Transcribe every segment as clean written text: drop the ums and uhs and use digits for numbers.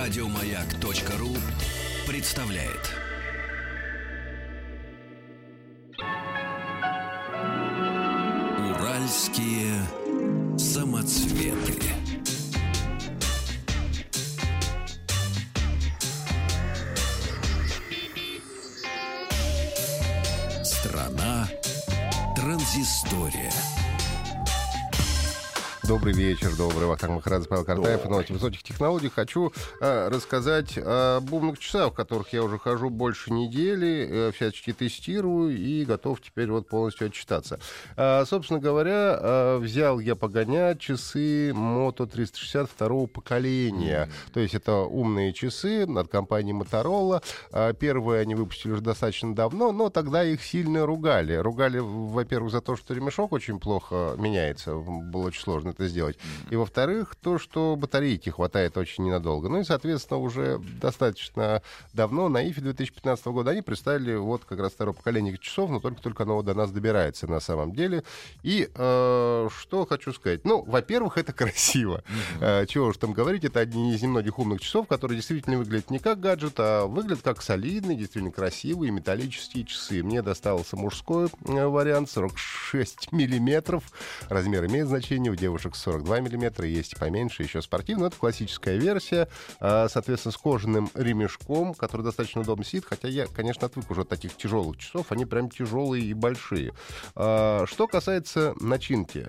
Радиомаяк.ру представляет. Уральские самоцветы. Страна транзистория. Добрый вечер, добрый Вахтанг Махарадзе, Павел Картаев. Новости высоких технологий. Хочу рассказать об умных часах, в которых я уже хожу больше недели, всячески тестирую и готов теперь вот полностью отчитаться. Собственно говоря, взял я погонять часы Moto 360 второго поколения. То есть это умные часы от компании Motorola. Первые они выпустили уже достаточно давно, но тогда их сильно ругали. Ругали, во-первых, за то, что ремешок очень плохо меняется. Было очень сложно это сделать. И, во-вторых, то, что батарейки хватает очень ненадолго. Ну и, соответственно, уже достаточно давно, на IFE 2015 года, они представили вот как раз второе поколение часов, но только оно до нас добирается на самом деле. И что хочу сказать. Ну, во-первых, это красиво. Чего уж там говорить, это одни из немногих умных часов, которые действительно выглядят не как гаджет, а выглядят как солидные, действительно красивые металлические часы. Мне достался мужской вариант, 46 миллиметров. Размер имеет значение, у девушек 42 миллиметра, есть и поменьше, еще спортивный. Это классическая версия, соответственно, с кожаным ремешком, который достаточно удобно сидит, хотя я, конечно, отвык уже от таких тяжелых часов, они прям тяжелые и большие. Что касается начинки,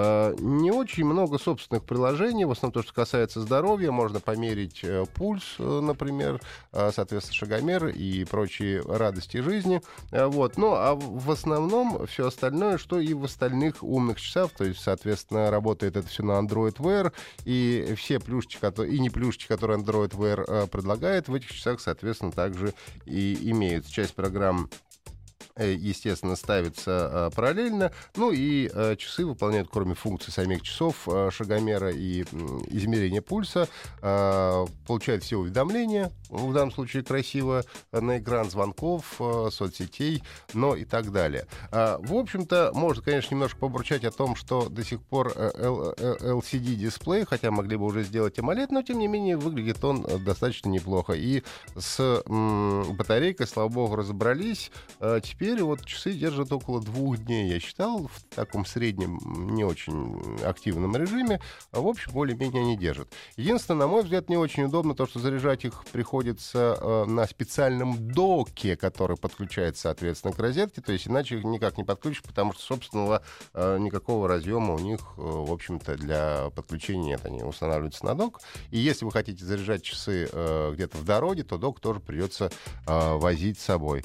не очень много собственных приложений, в основном то, что касается здоровья, можно померить пульс, например, соответственно, шагомер и прочие радости жизни. Вот. Ну, а в основном все остальное, что и в остальных умных часах, то есть, соответственно, работает это все на Android Wear, и все плюшечки, и не плюшечки, которые Android Wear предлагает, в этих часах, соответственно, также и имеются. Часть программ, естественно, ставится параллельно. Ну и часы выполняют, кроме функций самих часов, шагомера и измерения пульса, получают все уведомления, в данном случае красиво, на экран звонков, соцсетей, но и так далее. В общем-то, можно, конечно, немножко побурчать о том, что до сих пор LCD-дисплей, хотя могли бы уже сделать AMOLED, но, тем не менее, выглядит он достаточно неплохо. И с батарейкой, слава богу, разобрались. Теперь вот часы держат около 2 дней, я считал, в таком среднем, не очень активном режиме. В общем, более-менее они держат. Единственное, на мой взгляд, не очень удобно то, что заряжать их приходится на специальном доке, который подключается, соответственно, к розетке. То есть иначе их никак не подключишь, потому что, собственного никакого разъема у них, в общем-то, для подключения нет. Они устанавливаются на док. И если вы хотите заряжать часы где-то в дороге, то док тоже придется возить с собой.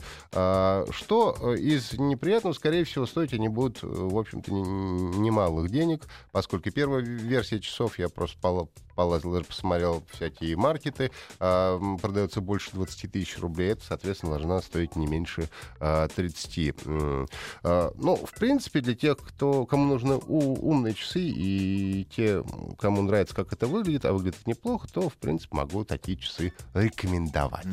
Что из неприятного, скорее всего, стоить они будут, в общем-то, немалых денег, поскольку первая версия часов, я просто полазил, даже посмотрел всякие маркеты, продается больше 20 тысяч рублей, это, соответственно, должна стоить не меньше 30. Ну, в принципе, для тех, кому нужны умные часы, и те, кому нравится, как это выглядит, а выглядит неплохо, то, в принципе, могу такие часы рекомендовать.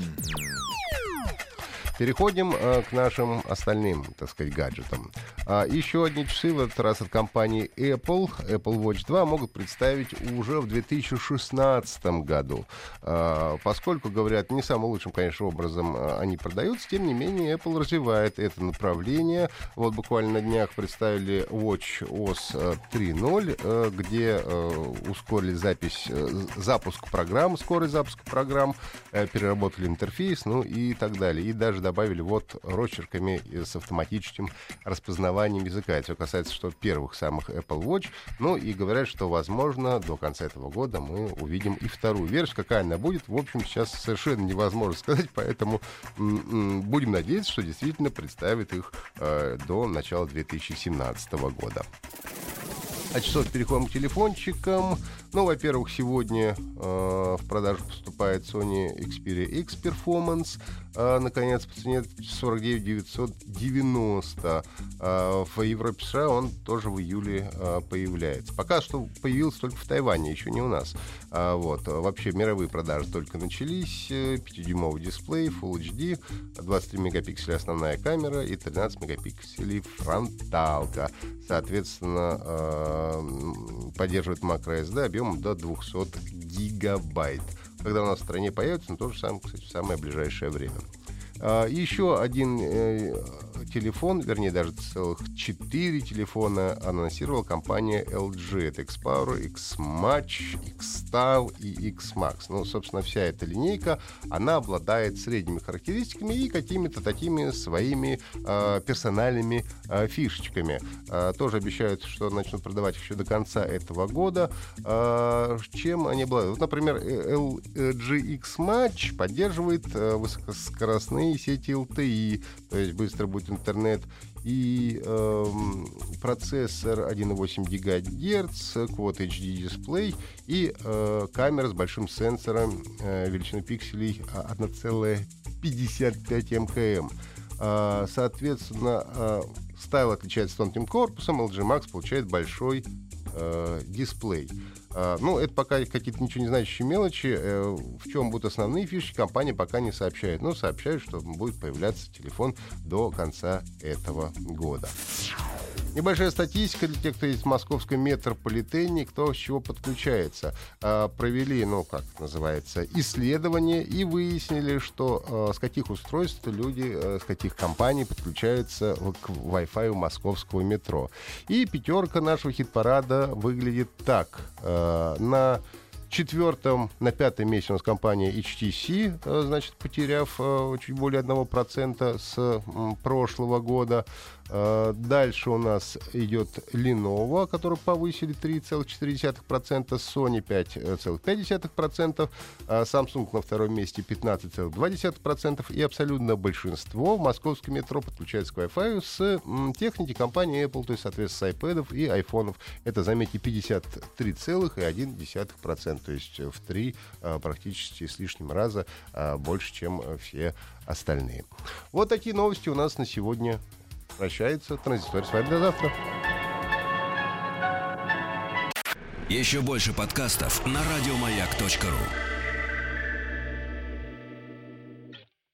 Переходим к нашим остальным, так сказать, гаджетам. Еще одни часы, в этот раз от компании Apple Watch 2, могут представить уже в 2016 году. Поскольку, говорят, не самым лучшим, конечно, образом они продаются, тем не менее, Apple развивает это направление. Вот буквально на днях представили WatchOS 3.0, где ускорили запуск программ, скорость запуска программ, переработали интерфейс, ну и так далее. И даже добавили вот росчерками с автоматическим распознаванием языка. Это все касается, что первых самых Apple Watch. Ну и говорят, что, возможно, до конца этого года мы увидим и вторую версию. Какая она будет, в общем, сейчас совершенно невозможно сказать, поэтому будем надеяться, что действительно представит их до начала 2017 года. От часов переходим к телефончикам. Ну, во-первых, сегодня в продажу поступает Sony Xperia X Performance. Наконец, по цене 49 990. В Европе, США он тоже в июле появляется. Пока что появился только в Тайване, еще не у нас. Вот. Вообще мировые продажи только начались. 5-дюймовый дисплей, Full HD, 23 мегапикселя основная камера и 13 мегапикселей фронталка. Соответственно, поддерживает macroSD объемом до 200 гигабайт. когда у нас в стране появится, но то же самое, кстати, в самое ближайшее время. Еще один телефон, вернее, даже целых 4 телефона анонсировала компания LG. Это X-Power, X-Match, X-Style и X-Max. Ну, собственно, вся эта линейка, она обладает средними характеристиками и какими-то такими своими персональными фишечками. Тоже обещают, что начнут продавать еще до конца этого года. Чем они обладают? Вот, например, LG X-Match поддерживает высокоскоростные сети LTE, то есть быстро будет интернет, и процессор 1,8 ГГц, Quad HD дисплей и камера с большим сенсором величиной пикселей 1,55 мкм. Соответственно, Style отличается тонким корпусом, LG Max получает большой дисплей. Ну, это пока какие-то ничего не значащие мелочи. В чем будут основные фишки, компания пока не сообщает. Но сообщает, что будет появляться телефон до конца этого года. Небольшая статистика для тех, кто есть в московском метрополитене, кто с чего подключается. Провели, как называется, исследование и выяснили, что с каких устройств люди, с каких компаний подключаются к Wi-Fi московского метро. И пятерка нашего хит-парада выглядит так. На пятом месте у нас компания HTC, значит, потеряв чуть более 1% с прошлого года. Дальше у нас идет Lenovo, который повысили 3,4%, Sony 5,5%, Samsung на втором месте 15,2%, и абсолютно большинство в московском метро подключается к Wi-Fi с техники компании Apple, то есть, соответственно, с iPad'ов и айфонов. Это, заметьте, 53,1%, то есть в 3 практически с лишним раза больше, чем все остальные. Вот такие новости у нас на сегодня. Прощается Транзистория. С вами до завтра. Еще больше подкастов на радиомаяк.ру.